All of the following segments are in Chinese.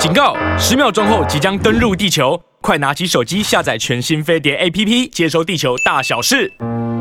警告！10秒钟后即将登陆地球，快拿起手机下载全新飞碟 APP， 接收地球大小事。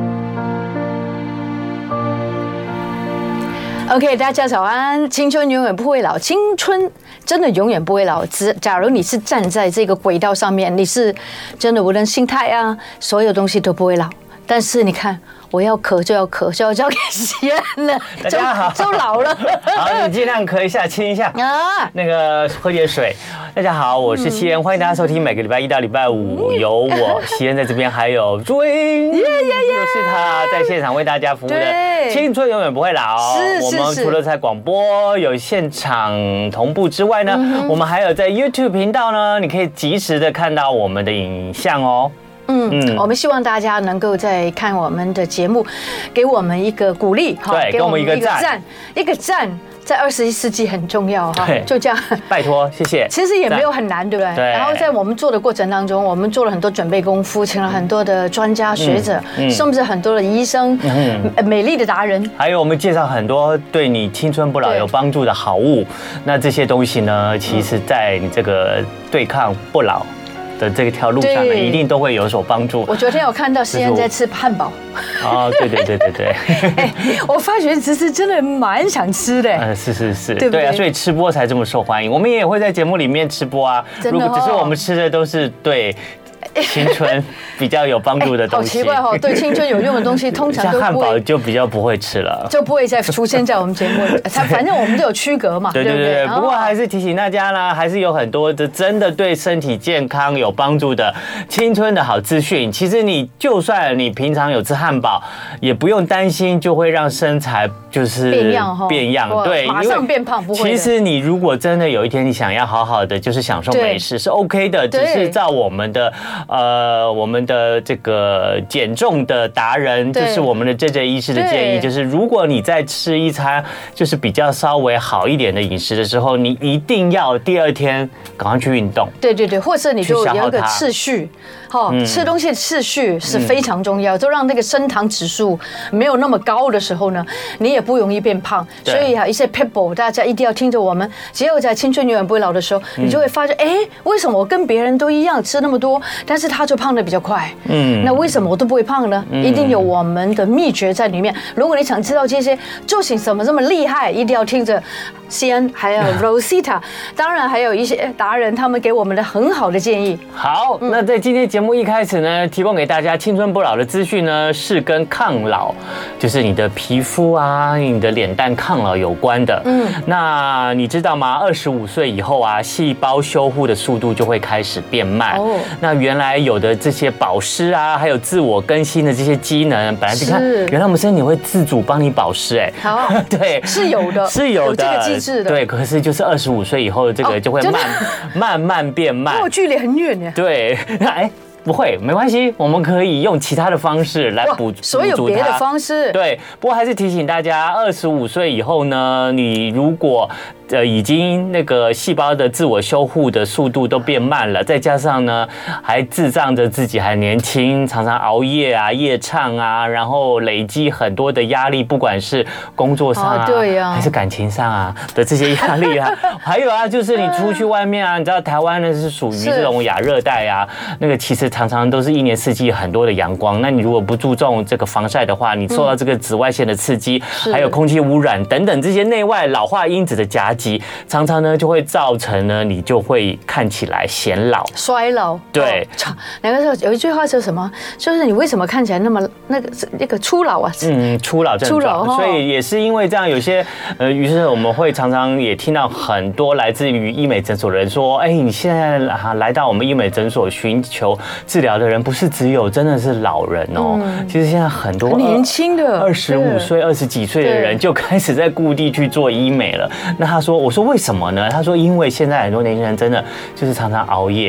OK， 大家早安！青春永远不会老，青春真的永远不会老。假如你是站在这个轨道上面，你是真的无论心态啊，所有东西都不会老。但是你看，我要咳就要咳，就要交给西安了。 大家好， 就老了。 好，你尽量咳一下，亲一下啊，那个喝点水。大家好，我是西安，欢迎大家收听每个礼拜1到礼拜5，有我西安在这边，还有朱茵，就是他在现场为大家服务的《青春永远不会老》。我们除了在广播有现场同步之外呢，我们还有在 YouTube 频道呢，你可以及时的看到我们的影像哦。 我们希望大家能够在看我们的节目，给我们一个鼓励， 对，给我们一个赞， 一个赞，在21世纪很重要哈，就这样， 拜托，谢谢。 其实也没有很难，对不对？ 对。 然后在我们做的过程当中，我们做了很多准备功夫，请了很多的专家学者，甚至很多的医生，美丽的达人， 还有我们介绍很多对你青春不老有帮助的好物。那这些东西呢，其实在你这个对抗不老的这条路上呢，一定都会有所帮助。 我昨天有看到西安在吃汉堡。 哦，对。 我发觉其实真的蛮想吃的。 是， 对啊，所以吃播才这么受欢迎。我们也会在节目里面吃播啊，如果只是我们吃的都是对青春比较有帮助的东西。 好奇怪哦，对青春有用的东西，通常都像汉堡就比较不会吃了， 就不会再出现在我们节目里。反正我们都有区隔嘛。 对。不过还是提醒大家啦，还是有很多的真的对身体健康有帮助的青春的好资讯。其实你就算你平常有吃汉堡，也不用担心就会让身材就是变样，对， 马上变胖不会。 其实你如果真的有一天你想要好好的就是享受美食是 OK 的，只是照我们的这个减重的达人，就是我们的JJ医师的建议，就是如果你在吃一餐就是比较稍微好一点的饮食的时候，你一定要第2天赶快去运动。 对，或者你就有一个次序，吃东西的次序是非常重要，就让那个升糖指数没有那么高的时候呢，你也不容易变胖。所以一些 people 大家一定要听着我们，只有在青春永远不会老的时候，你就会发现，为什么我跟别人都一样吃那么多，但是他就胖得比较快。那为什么我都不会胖呢？一定有我们的秘诀在里面。如果你想知道这些究竟怎么这么厉害，一定要听着西安还有 Rosita， 当然还有一些达人，他们给我们的很好的建议。 好，那在今天节目一开始呢，提供给大家青春不老的资讯呢，是跟抗老，就是你的皮肤啊、你的脸蛋抗老有关的。那你知道吗？25岁以后啊，细胞修复的速度就会开始变慢。那原来有的这些保湿啊，还有自我更新的这些机能，本来你看，原来我们身体会自主帮你保湿， 好， 对， 是有的，有这个机制的， 对。可是就是25岁以后，这个就会慢慢变慢， 跟我距离很远呢。 对，不会，没关系，我们可以用其他的方式来补足它。 所有别的方式， 对。不过还是提醒大家，25岁以后呢，你如果已经那个细胞的自我修复的速度都变慢了，再加上呢还自仗着自己还年轻，常常熬夜啊、夜唱啊，然后累积很多的压力，不管是工作上啊， 对呀， 还是感情上啊的这些压力啊，还有啊，就是你出去外面啊，你知道台湾呢是属于这种亚热带啊，那个其实常常都是一年四季很多的阳光，那你如果不注重这个防晒的话，你受到这个紫外线的刺激，还有空气污染等等这些内外老化因子的夹击，常常呢就会造成呢你就会看起来显老、 衰老。 对， 那个时候有一句话是什么？就是你为什么看起来那么那个初老啊？ 初老症状。所以也是因为这样，有些于是我们会常常也听到很多来自于医美诊所的人说，你现在来到我们医美诊所寻求治疗的人，不是只有真的是老人哦，其实现在很多年轻的 25岁、20几岁的人就开始在故地去做医美了。那他说，我说为什么呢？他说，因为现在很多年轻人真的就是常常熬夜。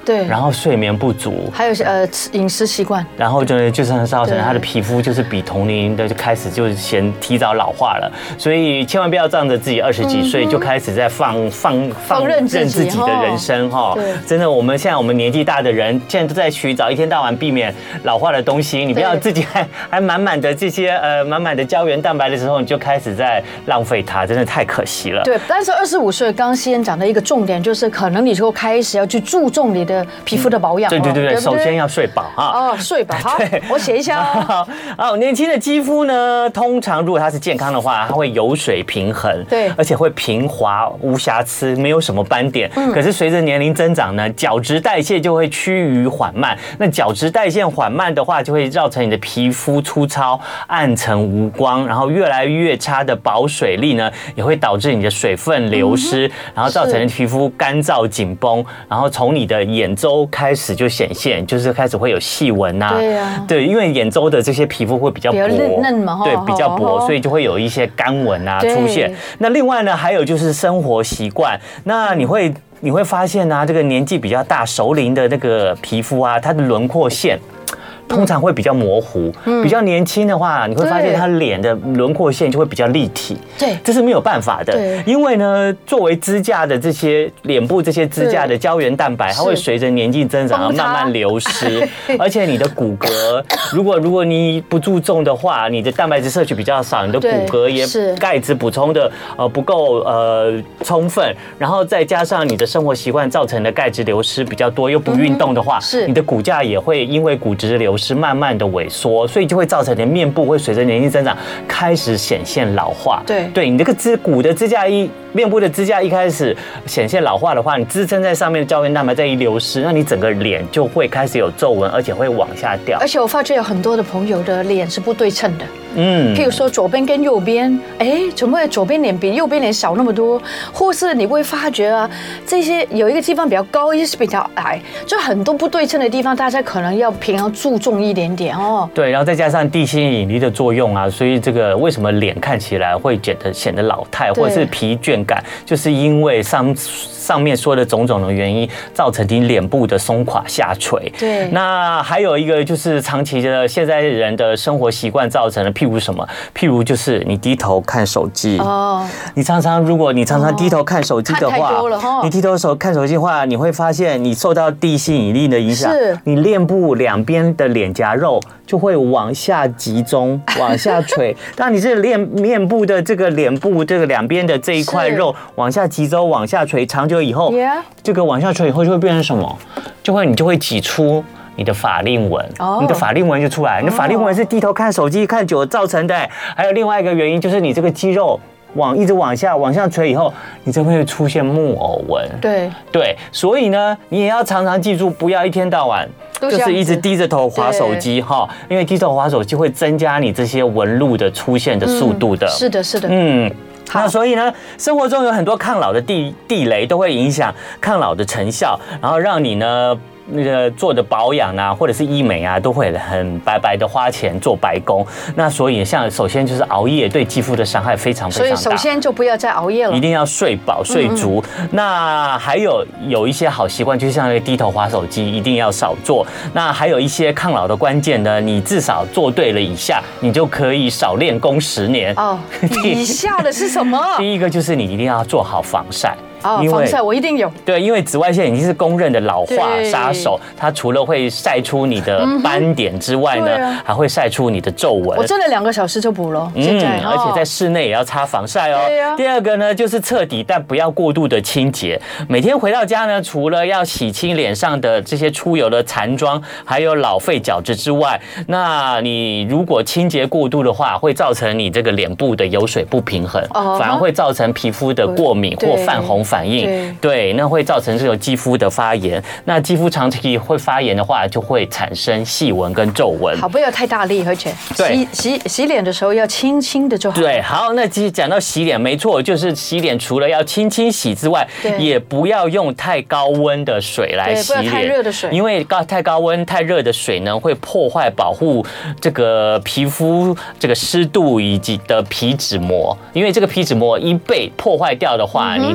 对， 然后睡眠不足， 还有饮食习惯， 然后就是造成他的皮肤就是比同龄的就开始就是先提早老化了，所以千万不要仗着自己20几岁就开始在放任自己的人生哈。真的，我们现在年纪大的人现在都在寻找一天到晚避免老化的东西，你不要自己还满满的这些满满的胶原蛋白的时候，你就开始在浪费它，真的太可惜了。 对，但是25岁刚刚西恩讲的一个重点就是，可能你就开始要去注重你的皮肤的保养。 对，首先要睡饱啊。 睡饱好，我写一下哦。 好，年轻的肌肤呢，通常如果它是健康的话，它会油水平衡， 对， 而且会平滑无瑕疵，没有什么斑点。可是随着年龄增长呢，角质代谢就会趋于缓慢。那角质代谢缓慢的话，就会造成你的皮肤粗糙、暗沉无光，然后越来越差的保水力呢，也会导致你的水分流失，然后造成皮肤干燥紧绷，然后从你的眼周开始就显现，就是开始会有细纹啊。对，因为眼周的这些皮肤会比较薄， 嫩嘛， 对，比较薄，所以就会有一些干纹啊出现。那另外呢，还有就是生活习惯，那你会发现啊，这个年纪比较大、熟龄的那个皮肤啊，它的轮廓线通常会比较模糊，比较年轻的话，你会发现他脸的轮廓线就会比较立体。 对， 这是没有办法的，因为呢，作为支架的这些脸部这些支架的胶原蛋白，它会随着年纪增长而慢慢流失，而且你的骨骼，如果你不注重的话，你的蛋白质摄取比较少，你的骨骼也钙质补充的不够充分，然后再加上你的生活习惯造成的钙质流失比较多，又不运动的话，你的骨架也会因为骨质流失慢慢的萎缩，所以就会造成你的面部会随着年纪增长开始显现老化。对，你这个骨的支架面部的支架一开始显现老化的话，你支撑在上面的胶原蛋白再一流失，那你整个脸就会开始有皱纹，而且会往下掉。 而且我发觉有很多的朋友的脸是不对称的。譬如说左边跟右边，怎么会左边脸比右边脸少那么多？或是你会发觉啊，这些有一个地方比较高，一些是比较矮，就很多不对称的地方，大家可能要平常注重一点点哦。对， 然后再加上地心引力的作用啊，所以这个为什么脸看起来会显得老态，或者是疲倦感，就是因为上面说的种种的原因，造成你脸部的松垮下垂。 对， 那还有一个就是长期的现在人的生活习惯造成的，譬如什么？譬如就是你低头看手机。如果你常常低头看手机的话，你低头看手机的话，你会发现你受到地心引力的影响，你脸部两边的脸颊肉就会往下集中，往下垂。当你这面部的这个脸部这个两边的这一块肉往下集中、往下垂，长久以后，这个往下垂以后就会变成什么？你就会挤出你的法令纹，你的法令纹就出来。你的法令纹是低头看手机看久了造成的。还有另外一个原因就是你这个肌肉一直往下垂以后，你就会出现木偶纹。对，所以呢，你也要常常记住，不要一天到晚就是一直低着头滑手机哈，因为低头滑手机会增加你这些纹路的出现的速度的。 是的。 那所以呢，生活中有很多抗老的地雷都会影响抗老的成效，然后让你呢那个做的保养啊，或者是医美啊，都会很白白的花钱做白工。那所以首先就是熬夜对肌肤的伤害非常大。 所以首先就不要再熬夜了， 一定要睡饱睡足。那还有一些好习惯，就像那个低头滑手机，一定要少做。那还有一些抗老的关键呢，你至少做对了以下，你就可以少练功10年。 以下的是什么？ 第一个就是你一定要做好防晒。 防晒我一定有。 对，因为紫外线已经是公认的老化杀手，它除了会晒出你的斑点之外呢，还会晒出你的皱纹。 我真的2个小时就补了，现在。 而且在室内也要擦防晒哦。第二个呢，就是彻底但不要过度的清洁。每天回到家呢，除了要洗清脸上的这些出油的残妆，还有老废角质之外，那你如果清洁过度的话，会造成你这个脸部的油水不平衡，反而会造成皮肤的过敏或泛红反应。对，那会造成这种肌肤的发炎。那肌肤长期会发炎的话，就会产生细纹跟皱纹。 好，不要太大力，而且洗脸的时候要轻轻的就好。 对，好，那其实讲到洗脸，没错，就是洗脸除了要轻轻洗之外，也不要用太高温的水来洗脸， 不要太热的水， 因为太高温、太热的水呢，会破坏保护这个皮肤这个湿度以及的皮脂膜。因为这个皮脂膜一被破坏掉的话，你这个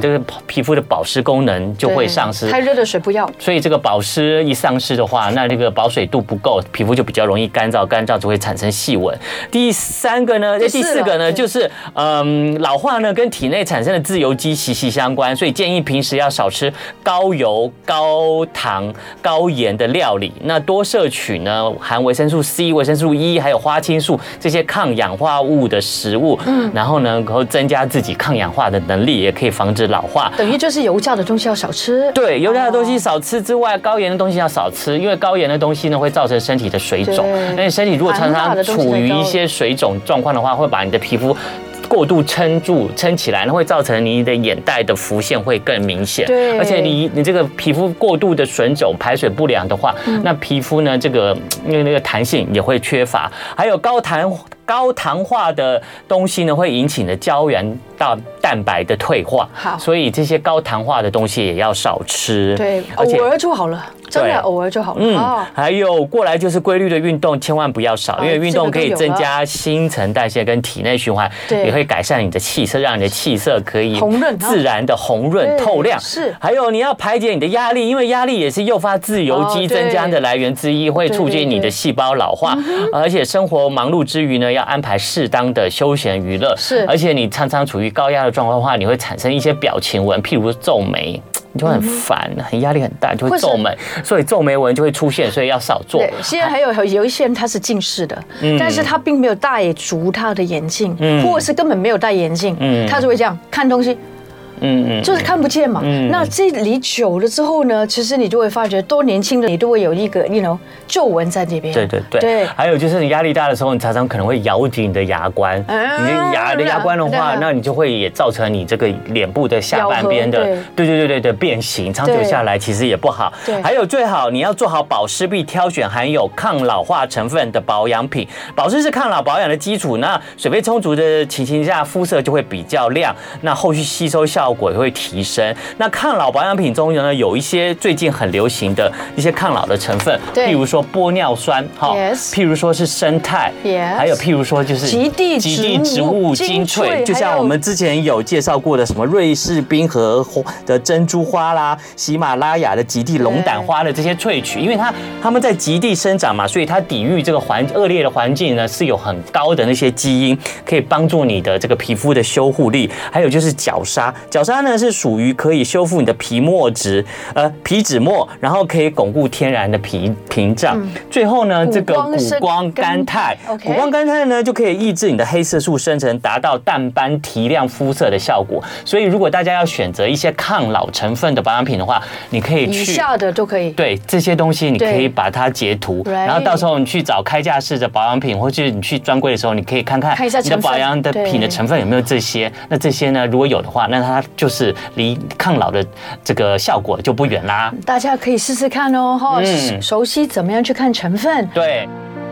皮肤的保湿功能就会丧失。 太热的水不要。 所以这个保湿一丧失的话，那这个保水度不够，皮肤就比较容易干燥，干燥就会产生细纹。第四个呢，就是老化呢跟体内产生的自由基息息相关，所以建议平时要少吃高油、高糖、高盐的料理，那多摄取呢含维生素 C、维生素 E 还有花青素这些抗氧化物的食物，然后呢，能够增加自己抗氧化的能力，也可以防止老化。 等于就是油炸的东西要少吃。对， 油炸的东西少吃之外，高盐的东西要少吃，因为高盐的东西呢会造成身体的水肿。那你身体如果常常处于一些水肿状况的话，会把你的皮肤过度撑起来，那会造成你的眼袋的浮现会更明显。对，而且你这个皮肤过度的水肿、排水不良的话，那皮肤呢这个那个弹性也会缺乏。还有高糖化的东西呢，会引起你的胶原蛋白的退化。好，所以这些高糖化的东西也要少吃。 对，偶尔就好了。真的偶尔就好了。 还有过来就是规律的运动，千万不要少，因为运动可以增加新陈代谢跟体内循环，也会改善你的气色，让你的气色可以自然的红润透亮。是，还有你要排解你的压力，因为压力也是诱发自由基增加的来源之一，会促进你的细胞老化。而且生活忙碌之余呢，要安排适当的休闲娱乐。是，而且你常常处于高压的状况的话，你会产生一些表情纹，譬如皱眉。你就很烦，很压力很大，就会皱眉，所以皱眉纹就会出现，所以要少做。对， 现在还有一些人他是近视的，但是他并没有戴足他的眼镜，或者是根本没有戴眼镜，他就会这样看东西。就是看不见嘛。那这里久了之后呢，其实你就会发觉，多年轻的你都会有一个皱纹在这边。 对。还有就是你压力大的时候，你常常可能会咬紧你的牙关。你的牙关的话，那你就会也造成你这个脸部的下半边的，对变形，长久下来其实也不好。还有最好你要做好保湿，并挑选含有抗老化成分的保养品。保湿是抗老保养的基础，那水分充足的情形下，肤色就会比较亮，那后续吸收效果也会提升。那抗老保养品中呢，有一些最近很流行的一些抗老的成分，譬如说玻尿酸，譬如说是生态，还有譬如说就是极地植物精粹，就像我们之前有介绍过的什么瑞士冰河的珍珠花啦，喜马拉雅的极地龙胆花的这些萃取，因为它们在极地生长嘛，所以它抵御这个恶劣的环境呢，是有很高的那些基因，可以帮助你的这个皮肤的修护力。还有就是角鲨呢是属于可以修复你的皮脂膜，然后可以巩固天然的屏障。最后呢，这个谷胱甘肽呢就可以抑制你的黑色素生成，达到淡斑提亮肤色的效果。所以如果大家要选择一些抗老成分的保养品的话，你可以去以下的都可以。 对，这些东西你可以把它截图，然后到时候你去找开架式的保养品，或者你去专柜的时候，你可以看你的保养的品的成分有没有这些。那这些呢，如果有的话，那它就是离抗老的这个效果就不远啦。 大家可以试试看哦，熟悉怎么样去看成分。 对。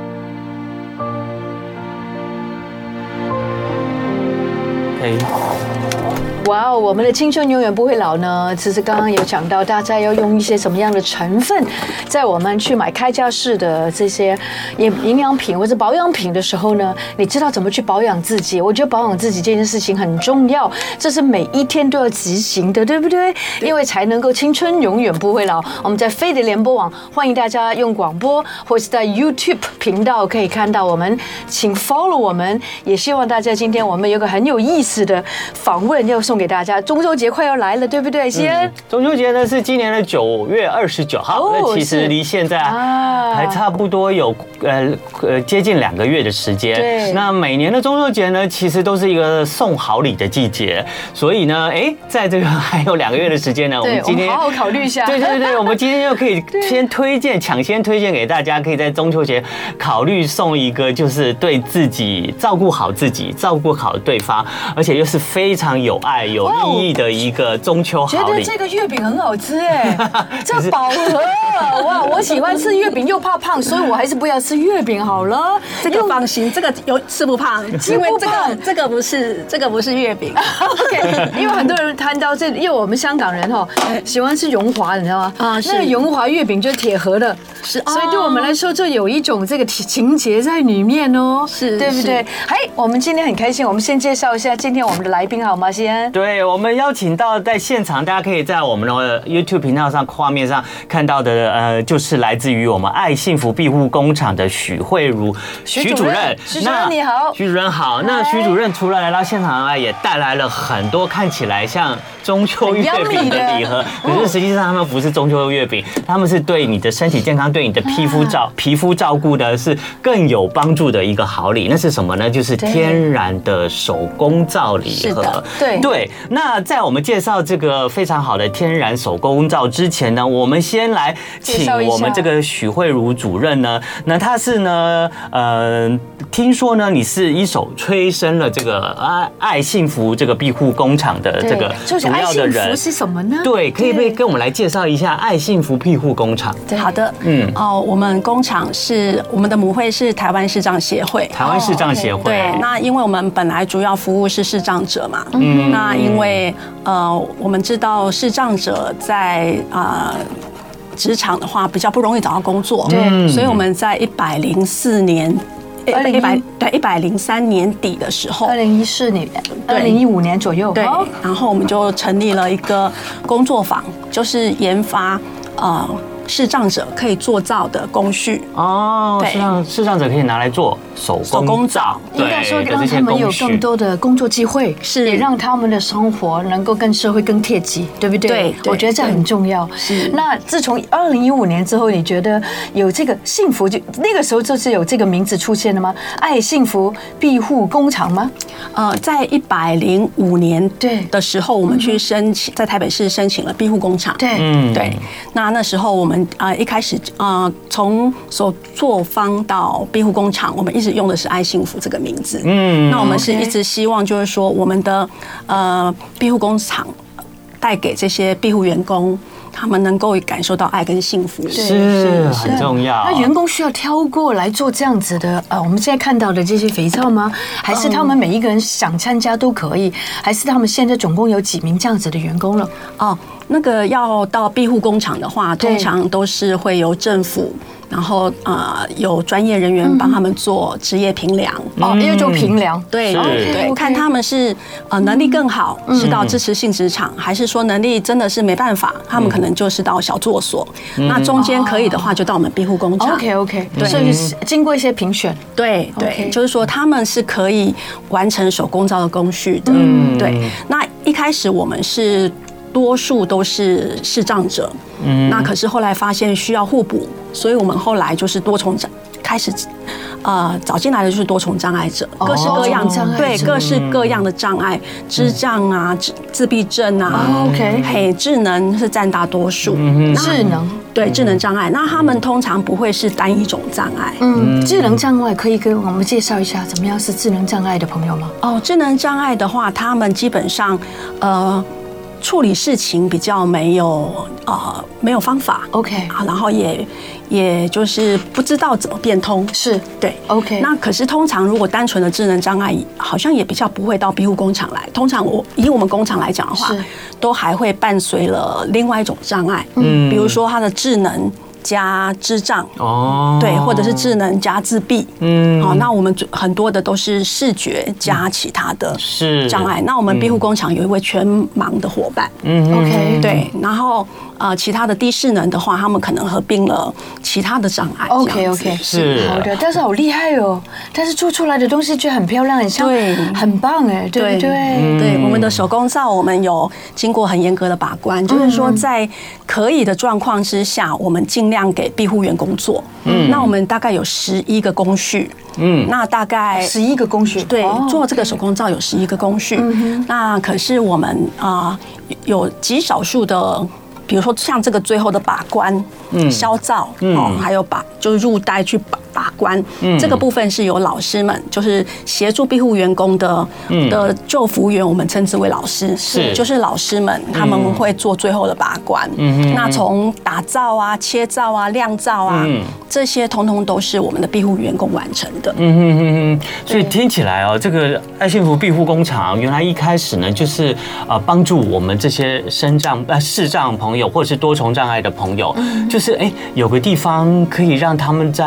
哇哦，我们的青春永远不会老呢。其实刚刚有讲到，大家要用一些什么样的成分，在我们去买开架式的这些营养品或者保养品的时候呢，你知道怎么去保养自己。我觉得保养自己这件事情很重要，这是每一天都要执行的，对不对？因为才能够青春永远不会老。我们在飞碟联播网欢迎大家用广播或是在 YouTube 频道可以看到我们，请 follow 我们。也希望大家今天我们有个很有意思的访问要送给大家。中秋节快要来了，对不对？ 中秋节呢是今年的9月29号，那其实离现在还差不多有接近2个月的时间。对，那每年的中秋节呢，其实都是一个送好礼的季节，所以呢，在这个还有2个月的时间呢，我们今天好好考虑一下。 对，我们今天就可以抢先推荐给大家，可以在中秋节考虑送一个，就是对自己照顾好自己，照顾好对方，而且又是非常有爱有意义的一个中秋好礼。 觉得这个月饼很好吃这饱和哇！我喜欢吃月饼又怕胖，所以我还是不要吃月饼好了。 这个放心，这个吃不胖，因为这个不是月饼。 OK， 因为很多人谈到这，因为我们香港人喜欢吃荣华，你知道吗？那个荣华月饼就是铁盒的，所以对我们来说就有一种这个情节在里面哦，对不对？我们今天很开心，我们先介绍一下今天我们的来宾好吗？先。 天。 对，我们邀请到在现场，大家可以在我们的 YouTube 频道上画面上看到的，就是来自于我们爱幸福庇护工厂的许慧如许主任。 许主任你好， 许主任好。那许主任除了来到现场啊，也带来了很多看起来像中秋月饼的礼盒，可是实际上他们不是中秋月饼，他们是对你的身体健康、对你的皮肤照顾的是更有帮助的一个好礼。那是什么呢？就是天然的手工皂礼盒。对。那在我们介绍这个非常好的天然手工皂之前呢，我们先来请我们这个许慧如主任呢，那他是呢，听说呢你是一手催生了这个爱幸福这个庇护工厂的这个主要的人。 是什么呢？ 对，可以不可以跟我们来介绍一下爱幸福庇护工厂？ 好的，我们工厂是我们的母会是台湾视障协会。 台湾视障协会。 对，那因为我们本来主要服务是视障者嘛，那因为我们知道视障者在职场的话比较不容易找到工作，对，所以我们在103年底的时候 ，2014年、2015年左右， 对，然后我们就成立了一个工作坊，就是研发视障者可以做皂的工序哦，视障者可以拿来做手工皂， 应该说让他们有更多的工作机会，也让他们的生活能够跟社会更贴近，对不对？对，我觉得这很重要。是。那自从2015年之后，你觉得有这个幸福，就那个时候就是有这个名字出现了吗？爱幸福庇护工厂吗？ 在105年的时候，我们去申请，在台北市申请了庇护工厂。 对， 对。那时候我们一开始从手作坊到庇护工厂，我们一直用的是爱幸福这个名字。那我们是一直希望就是说我们的庇护工厂带给这些庇护员工，他们能够感受到爱跟幸福， 是很重要。 那员工需要挑过来做这样子的我们现在看到的这些肥皂吗？还是他们每一个人想参加都可以？还是他们现在总共有几名这样子的员工了？ 那个要到庇护工厂的话，通常都是会由政府，然后有专业人员帮他们做职业评量， 因为做评量， 对，看他们是能力更好，是到支持性职场，还是说能力真的是没办法，他们可能就是到小作所。那中间可以的话，就到我们庇护工厂。 OK， 所以经过一些评选， 对，就是说他们是可以完成手工皂的工序的。对，那一开始我们是多数都是视障者，那可是后来发现需要互补，所以我们后来就是开始找进来的就是多重障碍者，各式各样对各式各样的障碍，智障啊、自闭症啊智能是占大多数。智能障碍，那他们通常不会是单一种障碍。 智能障碍可以跟我们介绍一下，怎么样是智能障碍的朋友吗？ 智能障碍的话，他们基本上处理事情比较没有方法然后也就是不知道怎么变通， 是对那可是通常如果单纯的智能障碍，好像也比较不会到庇护工厂来。通常以我们工厂来讲的话，都还会伴随了另外一种障碍，比如说他的智能加智障对，或者是智能加自闭，那我们很多的都是视觉加其他的障碍。那我们庇护工厂有一位全盲的伙伴对，然后其他的低势能的话，他们可能合并了其他的障碍。 OK， 是好的，但是好厉害哦！但是做出来的东西就很漂亮，很像，很棒哎，对不对？ 对，我们的手工皂，我们有经过很严格的把关，就是说在可以的状况之下，我们尽量给庇护员工做。那我们大概有11个工序。那大概 11个工序， 对，做这个手工皂有11个工序。那可是我们有极少数的。比如说像这个最后的把关、消皂还有就是入袋去把关，这个部分是由老师们，就是协助庇护员工的就服员，我们称之为老师，就是老师们他们会做最后的把关。那从打皂啊、切皂啊、晾皂啊，这些通通都是我们的庇护员工完成的。 所以听起来这个爱幸福庇护工厂原来一开始呢，就是帮助我们这些视障朋友或者是多重障碍的朋友，就是有个地方可以让他们在生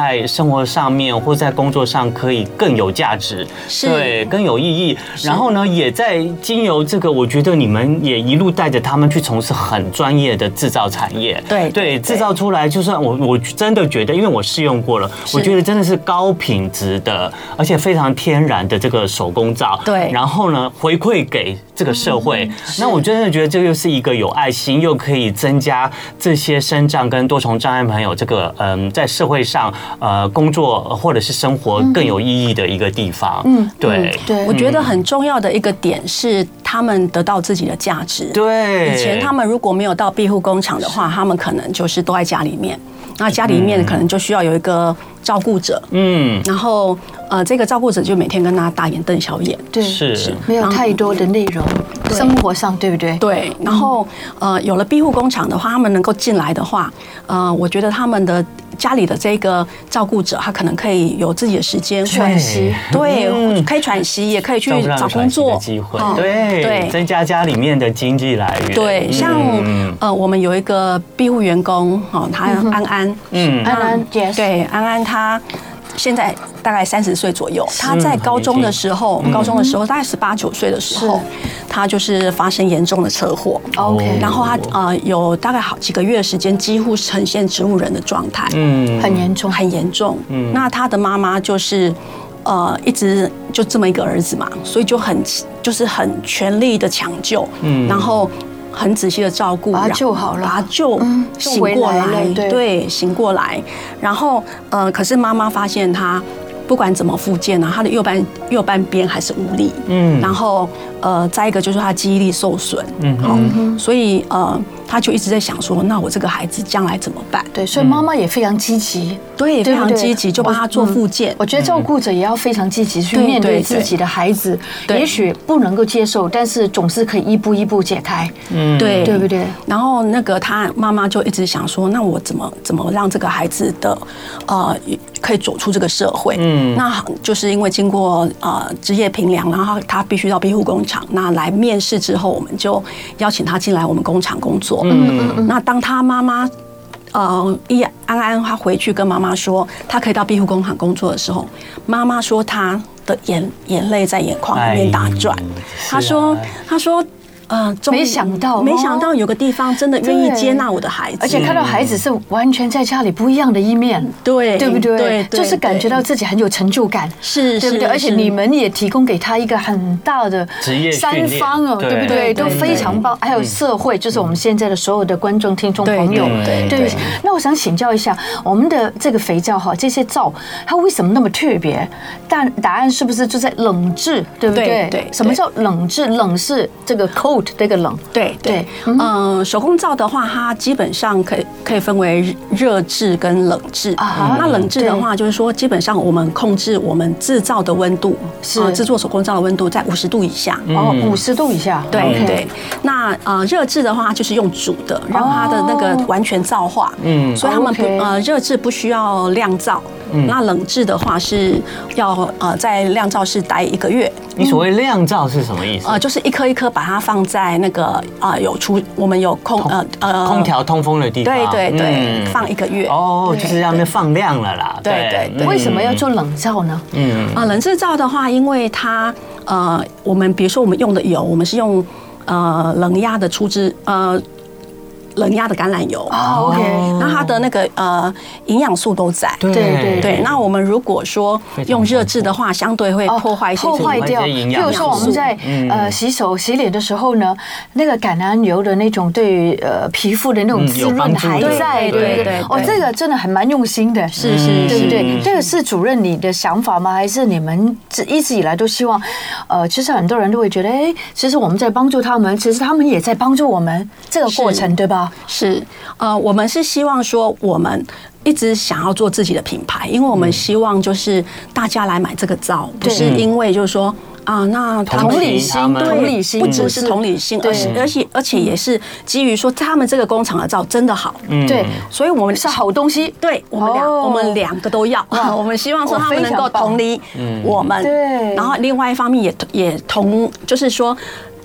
活上面或在工作上可以更有价值，对，更有意义。然后呢，也在经由这个，我觉得你们也一路带着他们去从事很专业的制造产业，对，制造出来，就算我真的觉得，因为我试用过了，我觉得真的是高品质的，而且非常天然的这个手工皂， 对， 然后呢回馈给这个社会，那我真的觉得这又是一个有爱心，又可以增加这些身障跟多重障碍朋友这个在社会上工作或者是生活更有意义的一个地方。对， 我觉得很重要的一个点是他们得到自己的价值。 对， 以前他们如果没有到庇护工厂的话，他们可能就是都在家里面。那家里面可能就需要有一个照顾者，然后这个照顾者就每天跟他大眼瞪小眼， 对，是没有太多的内容，生活上对不对？ 对，然后有了庇护工厂的话，他们能够进来的话，我觉得他们的家里的这个照顾者，他可能可以有自己的时间喘息， 对，可以喘息，也可以去找工作机会，对，增加家里面的经济来源。 对，像我们有一个庇护员工，他安安， 安安， 对，安安他现在大概30岁左右。他在高中的时候，大概18、19岁的时候，他就是发生严重的车祸。 OK， 然后他有大概好几个月的时间，几乎呈现植物人的状态， 很严重， 很严重。那他的妈妈就是一直就这么一个儿子嘛，所以就是很全力的抢救，然后很仔细的照顾， 把他救好了， 把他醒过来，对，醒过来。然后可是妈妈发现他不管怎么复健啊，他的右半边还是无力，然后再一个就是他记忆力受损，所以他就一直在想说，那我这个孩子将来怎么办？ 对，所以妈妈也非常积极， 对，非常积极，就帮他做复健。 我觉得照顾者也要非常积极去面对自己的孩子，也许不能够接受，但是总是可以一步一步解开， 对， 对不对？ 然后他妈妈就一直想说，那我怎么让这个孩子的可以走出这个社会？那就是因为经过职业评量，然后他必须到庇护工厂，那来面试之后，我们就邀请他进来我们工厂工作。那当他妈妈安安他回去跟妈妈说他可以到庇护工厂工作的时候，妈妈说他的眼泪在眼眶里面打转。他说没想到有个地方真的愿意接纳我的孩子， 而且看到孩子是完全在家里不一样的一面，对不对？对，就是感觉到自己很有成就感，对不对？而且你们也提供给他一个很大的三方哦，对不对？都非常棒。还有社会，就是我们现在的所有的观众、听众朋友，对。那我想请教一下，我们的这个肥皂哈，这些皂它为什么那么特别？但答案是不是就在冷制，对不对？对。什么叫冷制？冷是这个 coat。这个冷，对， 手工皂的话，它基本上可以分为热制跟冷制。那冷制的话，就是说基本上我们控制我们制造的温度，是制作手工皂的温度在50度以下。 50度以下， 对。那热制的话，就是用煮的，让它的那个完全皂化。所以他们热制不需要晾皂。那冷制的话是要在晾皂室待1个月。 你所谓晾皂是什么意思？ 就是一颗一颗把它放在那个我们有空调通风的地方， 对，放1个月。 就是让它放亮了啦。 对。为什么要做冷皂呢？ 冷制皂的话，因为它我们比如说我们用的油，我们是用冷压的冷压的橄榄油 ，OK， 那它的那个营养素都在，对。那我们如果说用热制的话，相对会破坏掉。譬如说我们在洗手洗脸的时候呢，那个橄榄油的那种对于皮肤的那种滋润还在，对。这个真的还蛮用心的， 是， 对不对？这个是主任你的想法吗？还是你们一直以来都希望？其实很多人都会觉得，其实我们在帮助他们，其实他们也在帮助我们这个过程，对吧？ 是，我们是希望说，我们一直想要做自己的品牌，因为我们希望就是大家来买这个皂，不是因为就是说那同理心， 不只是同理心，而且也是基于说他们这个工厂的皂真的好， 对， 所以我们是好东西， 对我们两个都要，我们希望说他们能够同理我们，对，然后另外一方面也就是说。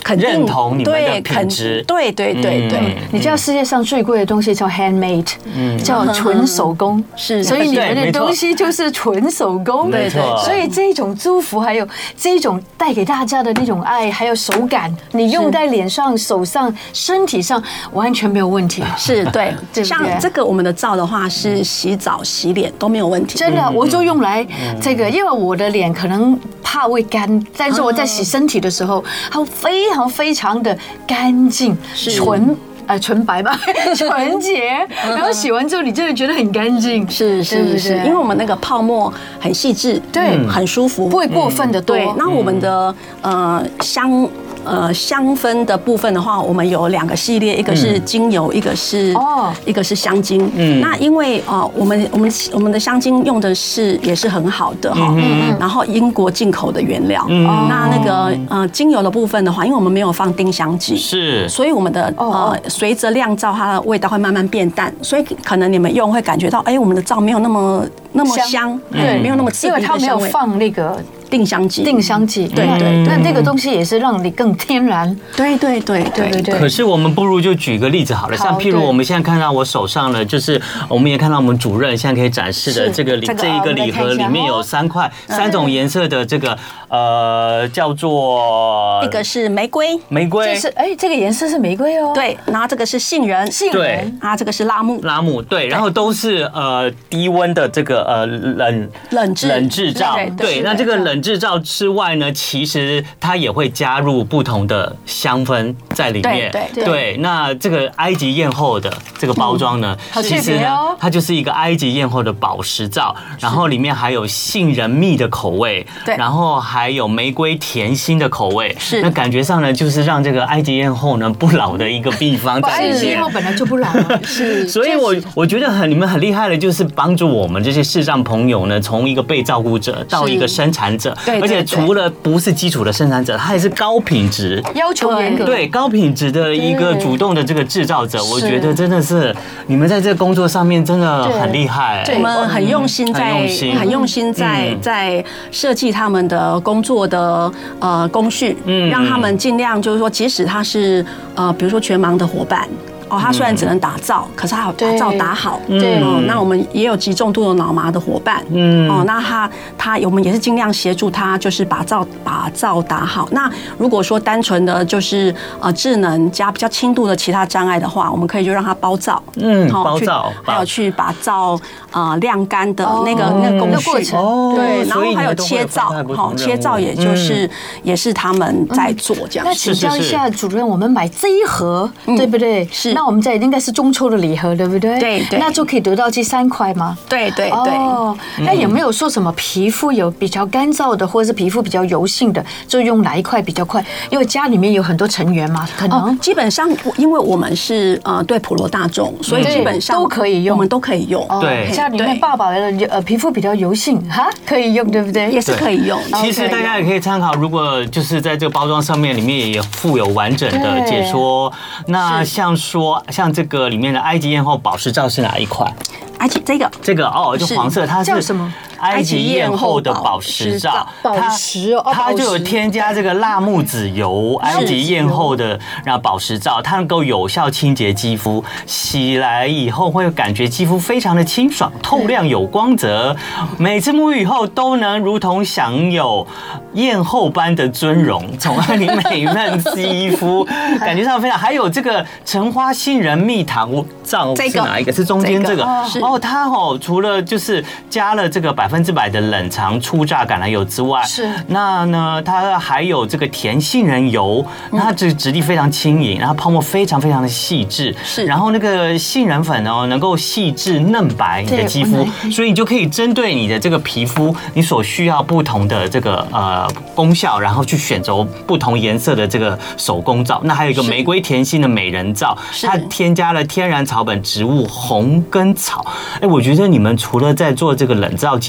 肯定认同你们的品质。 对。 你知道世界上最贵的东西叫 handmade， 叫纯手工， 是， 所以你们的东西就是纯手工。 对， 所以这种祝福还有这种带给大家的那种爱，还有手感，你用在脸上、手上、身体上完全没有问题。 是对，像这个我们的皂的话是洗澡、洗脸都没有问题。 真的，我就用来这个，因为我的脸可能怕会干，但是我在洗身体的时候，它非常非常的干净、纯白吧，纯洁，然后洗完之后你真的觉得很干净， 是，因为我们那个泡沫很细致， 对， 很舒服， 不会过分的多。 对，那我们的香氛的部分的话，我们有2个系列，一个是精油，一个是香精。那因为我们的香精用的也是很好的哈，然后英国进口的原料。那个精油的部分的话，因为我们没有放丁香剂， 是， 所以我们的随着酿造，它的味道会慢慢变淡，所以可能你们用会感觉到，哎，我们的皂没有那么香，对，没有那么刺鼻的香味， 因为它没有放那个定香剂， 对，那这个东西也是让你更天然。 对。 可是我们不如就举个例子好了，像譬如我们现在看到我手上的，就是我们也看到我们主任现在可以展示的这一个礼盒里面有3种颜色的这个叫做一个是玫瑰， 就是这个颜色是玫瑰哦， 对，然后这个是杏仁， 对， 啊这个是拉木， 对，然后都是低温的这个冷制皂，对，那这个冷制皂之外呢，其实它也会加入不同的香氛在里面，对，那这个埃及艳后的这个包装呢，其实呢它就是一个埃及艳后的宝石皂，然后里面还有杏仁蜜的口味，然后还有玫瑰甜心的口味， 是， 那感觉上呢就是让这个埃及艳后呢不老的一个秘方在里面。 埃及艳后本来就不老了，是， 所以我觉得你们很厉害的，就是帮助我们这些视障朋友呢，从一个被照顾者到一个生产者，而且除了不是基础的生产者，他也是高品质、 要求严格， 对高品质的一个主动的这个制造者。我觉得真的是你们在这个工作上面真的很厉害， 我们很用心在设计他们的工作的工序，让他们尽量就是说，即使他是比如说全盲的伙伴。他虽然只能打皂，可是他有把皂打好。对，那我们也有极重度的脑麻的伙伴。那我们也是尽量协助他，就是把皂打好。那如果说单纯的就是智能加比较轻度的其他障碍的话，我们可以就让他包皂。 包皂， 还有去把皂晾干的那个工序。对，然后还有切皂。切皂也是他们在做这样。 那请教一下主任，我们买这一盒，对不对？ 是。 那我们这应该是中秋的礼盒，对不对？ 对， 那就可以得到这3块吗？ 对。 那有没有说什么皮肤有比较干燥的，或者是皮肤比较油性的，就用哪一块比较快？因为家里面有很多成员嘛，可能基本上，因为我们是对普罗大众，所以基本上都可以用， 我们都可以用。 对， 家里面爸爸的皮肤比较油性，可以用，对不对？ 也是可以用。 其实大家也可以参考，如果就是在这个包装上面里面也附有完整的解说。那像这个里面的埃及艳后宝石皂是哪一款？ 埃及这个就黄色，它是叫什么？ 埃及艳后的宝石皂，它就有添加这个辣木籽油，埃及艳后的宝石皂，它能够有效清洁肌肤，洗来以后会感觉肌肤非常的清爽、透亮、有光泽，每次沐浴以后都能如同享有艳后般的尊荣，宠爱你美嫩肌肤，感觉上非常。还有这个橙花杏仁蜜糖皂是哪一个？是中间这个。它除了就是加了这个100%的冷藏初榨橄榄油之外， 是那呢，它还有这个甜杏仁油，它这质地非常轻盈，然后泡沫非常非常的细致， 是。 然后那个杏仁粉能够细致嫩白你的肌肤，所以你就可以针对你的这个皮肤，你所需要不同的这个功效，然后去选择不同颜色的这个手工皂。那还有一个玫瑰甜心的美人皂，它添加了天然草本植物红根草。我觉得你们除了在做这个冷皂技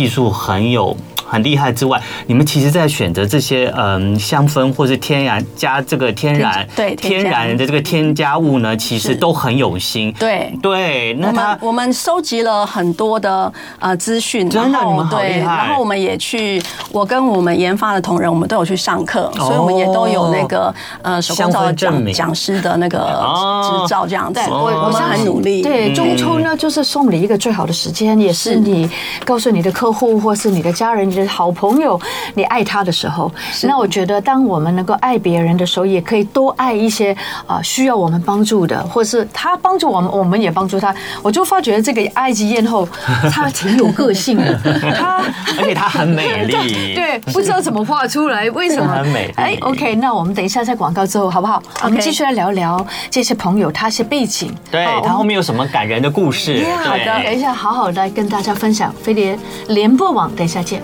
技术很厉害之外，你们其实在选择这些香氛或是天然加这个天然的这个添加物呢，其实都很有心。对，那我们收集了很多的资讯， 真的你们好厉害。 然后我们也我跟我们研发的同仁，我们都有去上课，所以我们也都有那个手工皂讲师的那个执照这样子。我们很努力。 对，中秋呢就是送礼一个最好的时间，也是你告诉你的客户或是你的家人、你的好朋友，你爱他的时候。那我觉得，当我们能够爱别人的时候，也可以多爱一些需要我们帮助的，或是他帮助我们，我们也帮助他。我就发觉这个埃及艳后，她挺有个性的， 而且她很美丽。 对，不知道怎么画出来，为什么？ 很美丽。 OK， 那我们等一下在广告之后，好不好？我们继续来聊聊这些朋友他是背景， 对他后面有什么感人的故事。 好的，等一下好好的跟大家分享。飞碟联播网，等一下见。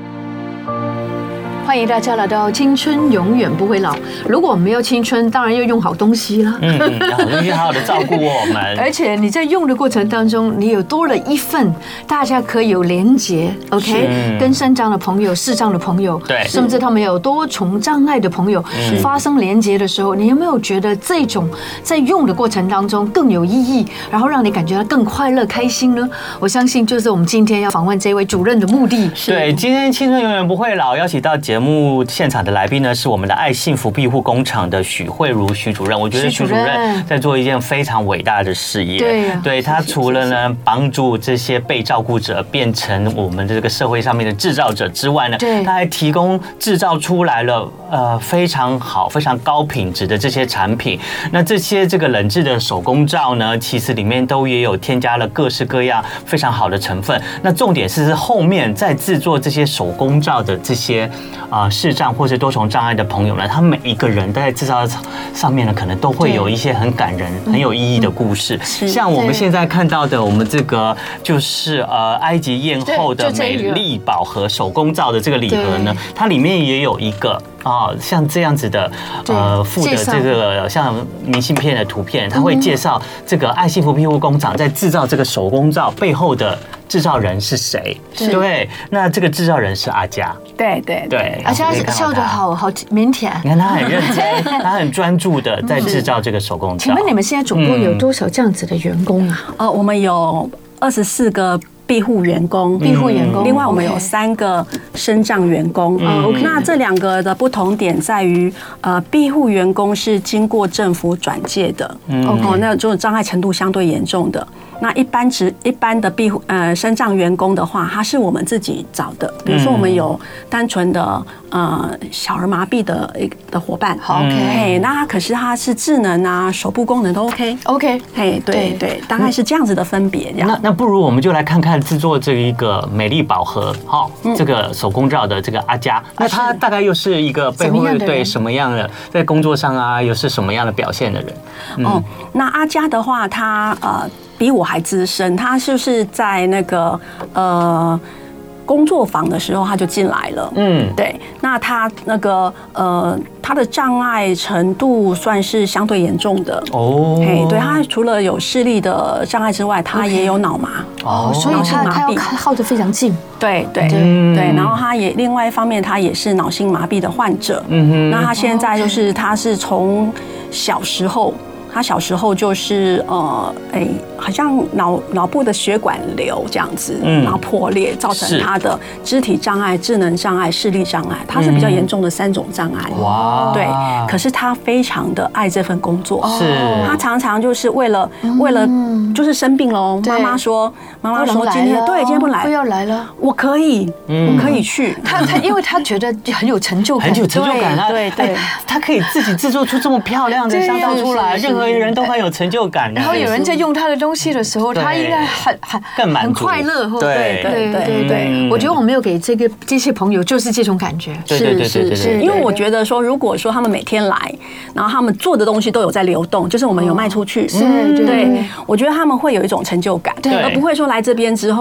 欢迎大家来到青春永远不会老。如果我们要青春，当然要用好东西啦。 好东西好好的照顾我们。 而且你在用的过程当中，你有多了一份，大家可以有连结 ，OK？跟身障的朋友、视障的朋友， 对， 甚至他们有多重障碍的朋友发生连结的时候，你有没有觉得这种在用的过程当中更有意义，然后让你感觉到更快乐、开心呢？我相信就是我们今天要访问这位主任的目的。 对，今天青春永远不会老，邀请到节目现场的来宾呢，是我们的爱幸福庇护工厂的许慧如许主任。我觉得许主任在做一件非常伟大的事业。对，他除了呢帮助这些被照顾者变成我们的这个社会上面的制造者之外呢，他还提供制造出来了非常好、非常高品质的这些产品。那这些这个冷制的手工皂呢，其实里面都也有添加了各式各样非常好的成分。那重点是后面在制作这些手工皂的这些视障或是多重障碍的朋友呢，他们每一个人在制造上面呢，可能都会有一些很感人、很有意义的故事。像我们现在看到的，我们这个就是埃及艳后的美丽宝盒手工皂的这个礼盒呢，它里面也有一个像这样子的附的这个像明信片的图片，它会介绍这个爱幸福庇护工厂在制造这个手工皂背后的制造人是谁。对，那这个制造人是阿佳。 对， 而且他笑得好腼腆。 你看他很认真，他很专注的在制造这个手工皂。 请问你们现在总共有多少这样子的员工啊？ 我们有24个庇护员工，另外我们有3个身障员工。那这2个的不同点在于，庇护员工是经过政府转介的，那这种障碍程度相对严重的。那一般的庇护身障员工的话，他是我们自己找的。比如说我们有单纯的小儿麻痹的伙伴，OK，那可是他是智能啊，手部功能都 OK，对，大概是这样子的分别。 那不如我们就来看看制作这一个美丽宝盒，这个手工皂的这个阿佳，那他大概又是一个背后对什么样的在工作上啊，又是什么样的表现的人？ 那阿佳的话，他比我还资深，他就是在那个工作坊的时候他就进来了。对，那他那个他的障碍程度算是相对严重的。对，他除了有视力的障碍之外，他也有脑麻。 所以他要靠得非常近。 对，然后他也另外一方面，他也是脑性麻痹的患者。那他现在就是他是从小时候。他小时候就是好像脑部的血管瘤这样子，然后破裂，造成他的肢体障碍、智能障碍、视力障碍，他是比较严重的3种障碍。对，可是他非常的爱这份工作，他常常就是为了就是生病了，妈妈说今天不来， 不要来了， 我可以去。 他因为他觉得很有成就感， 对，他可以自己制作出这么漂亮的香皂出来，任何人都很有成就感。 然后有人在用他的东西的时候，他应该很快乐。对，我觉得我没有给这些朋友就是这种感觉。 是，因为我觉得说，如果说他们每天来，然后他们做的东西都有在流动，就是我们有卖出去，对，我觉得他们会有一种成就感，而不会说来这边之后。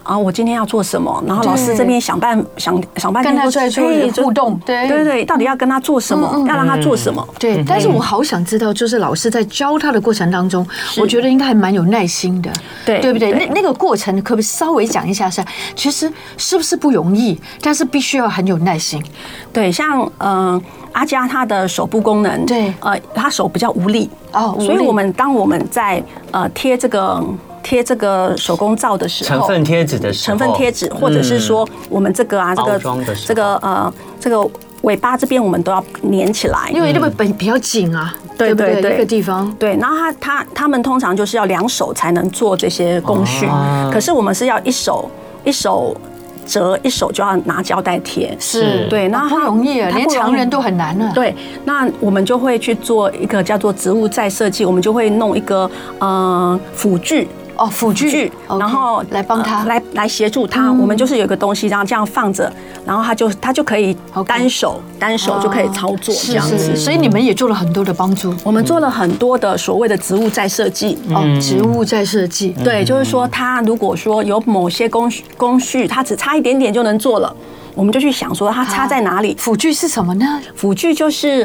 啊，我今天要做什么？然后老师这边想半天跟他在做互动， 对，到底要跟他做什么？要让他做什么？ 对，但是我好想知道，就是老师在教他的过程当中，我觉得应该还蛮有耐心的，对不对？那个过程可不可以稍微讲一下？其实是不是不容易？但是必须要很有耐心。 对，像阿佳她的手部功能， 对， 她手比较无力所以当我们在贴这个手工皂的时候， 成分贴纸的时候， 成分贴纸，或者是说我们这个这个尾巴这边我们都要粘起来， 因为那个比较紧啊，对不对？一个地方对，然后他们通常就是要2手才能做这些工序，可是我们是要一手折，一手就要拿胶带贴， 是对， 那不容易啊，连常人都很难啊。 对，那我们就会去做一个叫做植物再设计，我们就会弄一个辅具。辅具，然后来帮他来协助他。我们就是有一个东西，然后这样放着，然后他就可以单手就可以操作这样子。 所以你们也做了很多的帮助。 我们做了很多的所谓的植物再设计。 植物再设计， 对，就是说他如果说有某些工序，他只差一点点就能做了，我们就去想说它差在哪里。 辅具是什么呢？ 辅具就是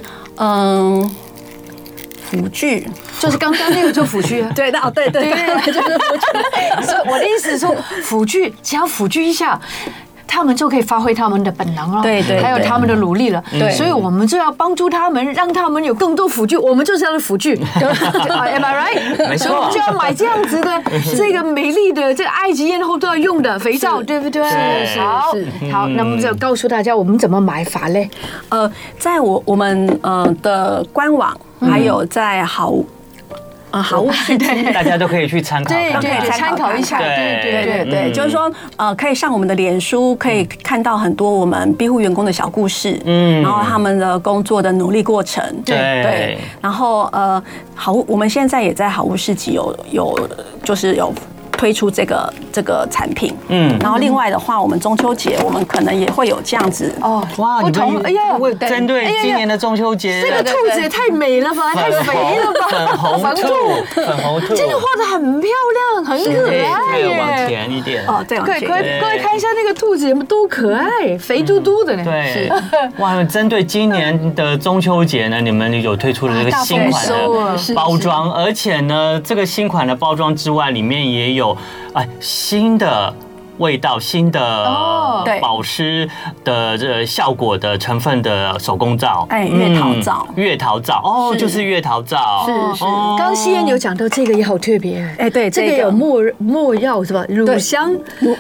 辅具就是刚刚那个做辅具啊， 对，就是辅具。 所以我的意思是说，辅具只要辅具一下，他们就可以发挥他们的本能了， 对， 还有他们的努力了，对，所以我们就要帮助他们，让他们有更多辅具，我们就是要的辅具，Am I right？ 没错， 所以我们就要买这样子的这个美丽的这个埃及艳后都要用的肥皂，对不对？好，那么就告诉大家我们怎么买法嘞？ 在我们的官网，还有在好物市集， 大家都可以去参考， 对，参考一下， 对，就是说，可以上我们的脸书，可以看到很多我们庇护员工的小故事，然后他们的工作的努力过程，对，然后我们现在也在好物市集就是有推出这个产品，然后另外的话，我们中秋节我们可能也会有这样子不同，会针对今年的中秋节， 这个兔子也太美了吧，太肥了吧， 粉红兔， 真的画得很漂亮，很可爱耶， 往前一点对，各位看一下那个兔子有没有多可爱，肥嘟嘟的呢， 对，哇，针对今年的中秋节呢，你们有推出了这个新款的包装，而且呢，这个新款的包装之外，里面也有新的味道、新的保湿的这效果的成分的手工皂，月桃皂，就是月桃皂， 是。刚希燕有讲到这个也好特别， 对， 这个有没药是吧？乳香。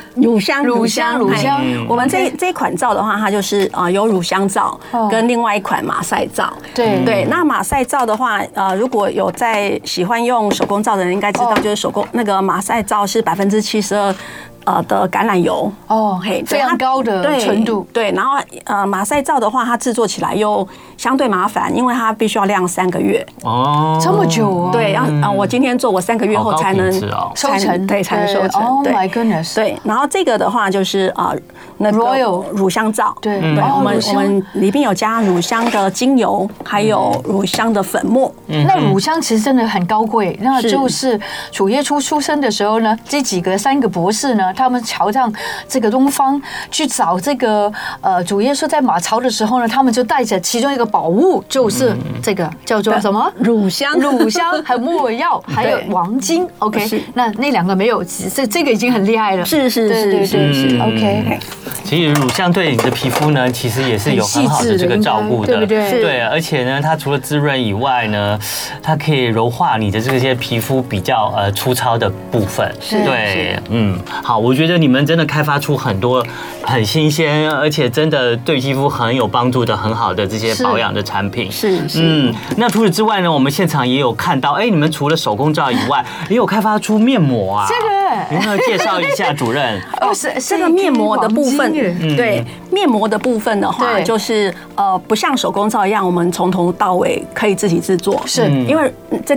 我们这一款皂的话，它就是有乳香皂跟另外一款马赛皂，对。那马赛皂的话，如果有在喜欢用手工皂的人应该知道，就是那个马赛皂是72%的橄榄油非常高的纯度， 对，然后马赛皂的话，它制作起来又相对麻烦，因为它必须要晾3个月这么久哦， 对，我今天做，我3个月后才能收成， 对，才能收成。 Oh my goodness， 对，然后这个的话就是那个乳香皂， 对， 我们里面有加乳香的精油，还有乳香的粉末。 那乳香其实真的很高贵，那就是主耶稣出生的时候呢，这3个博士呢，他们朝向这个东方去找这个主耶稣在马槽的时候呢，他们就带着其中一个宝物，就是这个叫做什么乳香， 还有没药，还有黄金。OK， 那2个没有，这个已经很厉害了。 是 OK。 其实乳香对你的皮肤呢，其实也是有很好的这个照顾的， 对不对？ 对，而且呢，它除了滋润以外呢，它可以柔化你的这些皮肤比较粗糙的部分。对，好，我觉得你们真的开发出很多很新鲜，而且真的对肌肤很有帮助的很好的这些保养的产品。那除此之外呢，我们现场也有看到，你们除了手工皂以外，也有开发出面膜啊。 这个， 你要介绍一下主任。 这个面膜的部分，对，面膜的部分的话，就是不像手工皂一样，我们从头到尾可以自己制作， 是因为这个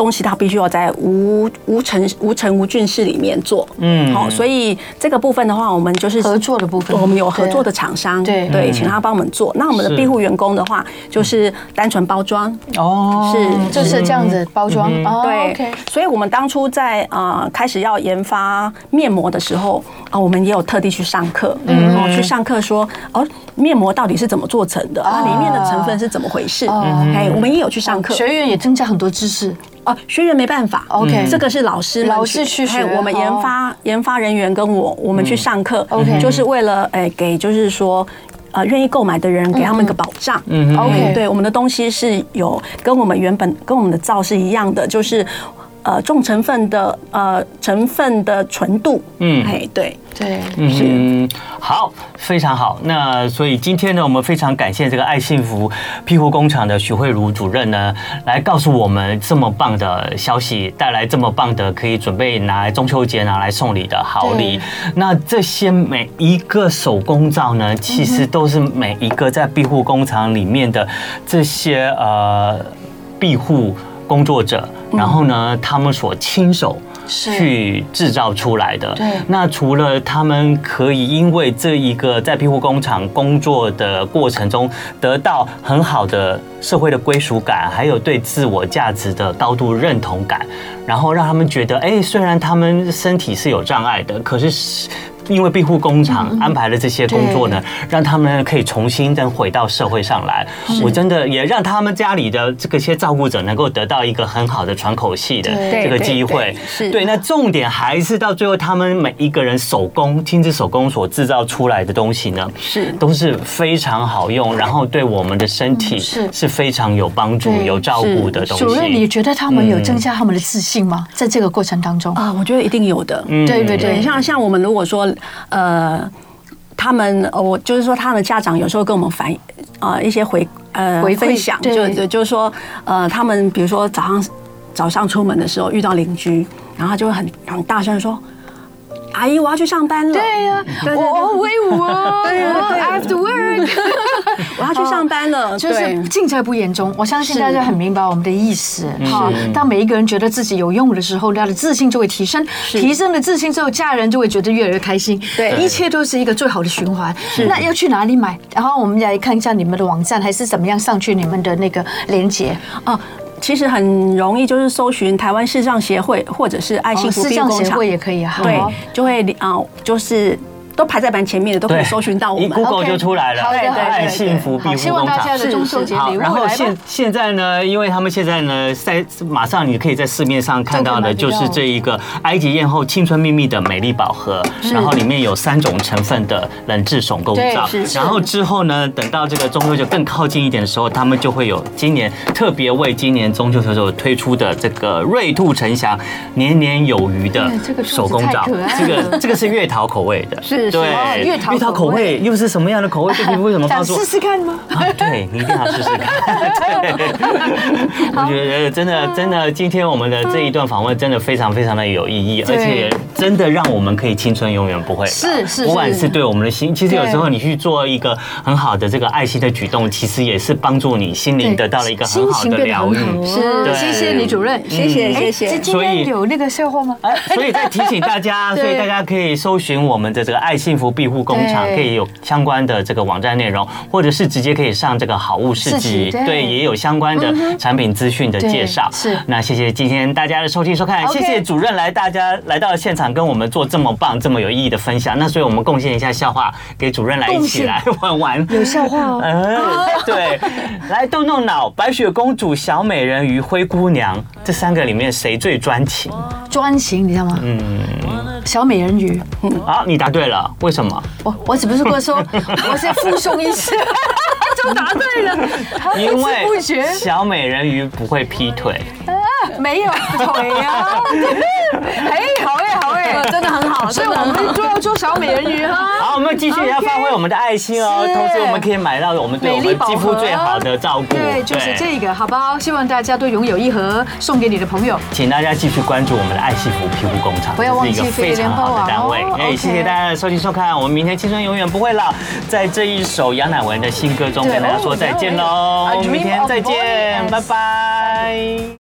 东西它必须要在无尘无菌室里面做，好，所以这个部分的话，我们就是合作的部分， 我们有合作的厂商，对，请他帮我们做。那我们的庇护员工的话，就是单纯包装， 就是这样子包装， 对。所以我们当初在开始要研发面膜的时候我们也有特地去上课，去上课说面膜到底是怎么做成的，它里面的成分是怎么回事，我们也有去上课， 学员也增加很多知识。 学员没办法 ，OK， 这个是老师去学， 我们研发人员跟我们去上课，OK， 就是为了给就是说愿意购买的人给他们一个保障，OK， 对，我们的东西是有跟我们原本跟我们的皂是一样的，就是重成分的成分的纯度，对。 好，非常好。那所以今天呢，我们非常感谢这个爱幸福庇护工厂的许慧茹主任呢，来告诉我们这么棒的消息，带来这么棒的可以准备拿来中秋节拿来送礼的好礼。那这些每一个手工皂呢，其实都是每一个在庇护工厂里面的这些庇护工作者，然后呢，他们所亲手去制造出来的。 对， 那除了他们可以因为这一个在庇护工厂工作的过程中得到很好的社会的归属感，还有对自我价值的高度认同感，然后让他们觉得，虽然他们身体是有障碍的，可是因为庇护工厂安排了这些工作呢，让他们可以重新再回到社会上来。我真的也让他们家里的这些照顾者能够得到一个很好的喘口气的这个机会。对，那重点还是到最后，他们每一个人亲自手工所制造出来的东西呢，都是非常好用，然后对我们的身体是非常有帮助、有照顾的东西。 主任，你觉得他们有增加他们的自信吗？在这个过程当中我觉得一定有的。 对对对， 像我们如果说他们我就是说，他的家长有时候跟我们反映一些分享，就是说他们比如说早上出门的时候遇到邻居，然后他就会很大声说：“阿姨，我要去上班了。” 对呀，我好威武哦！对呀 ，I have to work， 我要去上班了。 就是尽在不言中。我相信大家很明白我们的意思。当每一个人觉得自己有用的时候，他的自信就会提升，提升了自信之后，家人就会觉得越来越开心。对，一切都是一个最好的循环。那要去哪里买？然后我们来看一下你们的网站，还是怎么样上去你们的那个连结其实很容易，就是搜寻台湾视障协会或者是爱幸福庇护工厂， 视障协会也可以对，就会就是都排在版前面的，都可以搜寻到我们。 Google 就出来了，爱幸福庇护工厂。 希望大家的中秋节礼物来吧。 然后现在呢，因为他们现在呢，马上你可以在市面上看到的，就是这一个埃及艳后青春秘密的美丽宝盒，然后里面有3种成分的冷制手工皂。然后之后呢，等到这个中秋节更靠近一点的时候，他们就会有今年特别为今年中秋节时候推出的这个瑞兔呈祥年年有余的手工皂。这个是月桃口味的。对，月桃口味又是什么样的口味？对皮肤为什么帮助？ 想试试看吗？ 对，你一定要试试看。对，我觉得真的，今天我们的这一段访问真的非常非常的有意义，而且真的让我们可以青春永远不会老。是，不管是对我们的心，其实有时候你去做一个很好的这个爱心的举动，其实也是帮助你心灵得到了一个很好的疗愈。 是，谢谢李主任，谢谢。今天有那个笑话吗？ 所以再提醒大家，所以大家可以搜寻我们的这个爱幸福庇护工厂，可以有相关的这个网站内容，或者是直接可以上这个好物市集，对，也有相关的产品资讯的介绍。是，那谢谢今天大家的收听收看，谢谢主任大家来到现场跟我们做这么棒、这么有意义的分享。那所以我们贡献一下笑话给主任来一起来玩。 有笑话哦。 对，来动动脑，白雪公主、小美人鱼、灰姑娘这3个里面谁最专情？ 专情，你知道吗？小美人鱼。 好，你答对了，为什么？ 我只不是说，我是附送一次就答对了。 因为小美人鱼不会劈腿。 没有腿啊！好哎，真的很好，所以我们就要做小美人鱼哈。 好，我们继续要发挥我们的爱心哦，同时我们可以买到我们对我们肌肤最好的照顾。 对，就是这个，好不好？希望大家都拥有一盒，送给你的朋友。 请大家继续关注我们的爱幸福庇护工厂， 不要忘记是一个非常好的单位。谢谢大家的收听收看，我们明天青春永远不会老，在这一首杨乃文的新歌中跟大家说再见喽，明天再见，拜拜。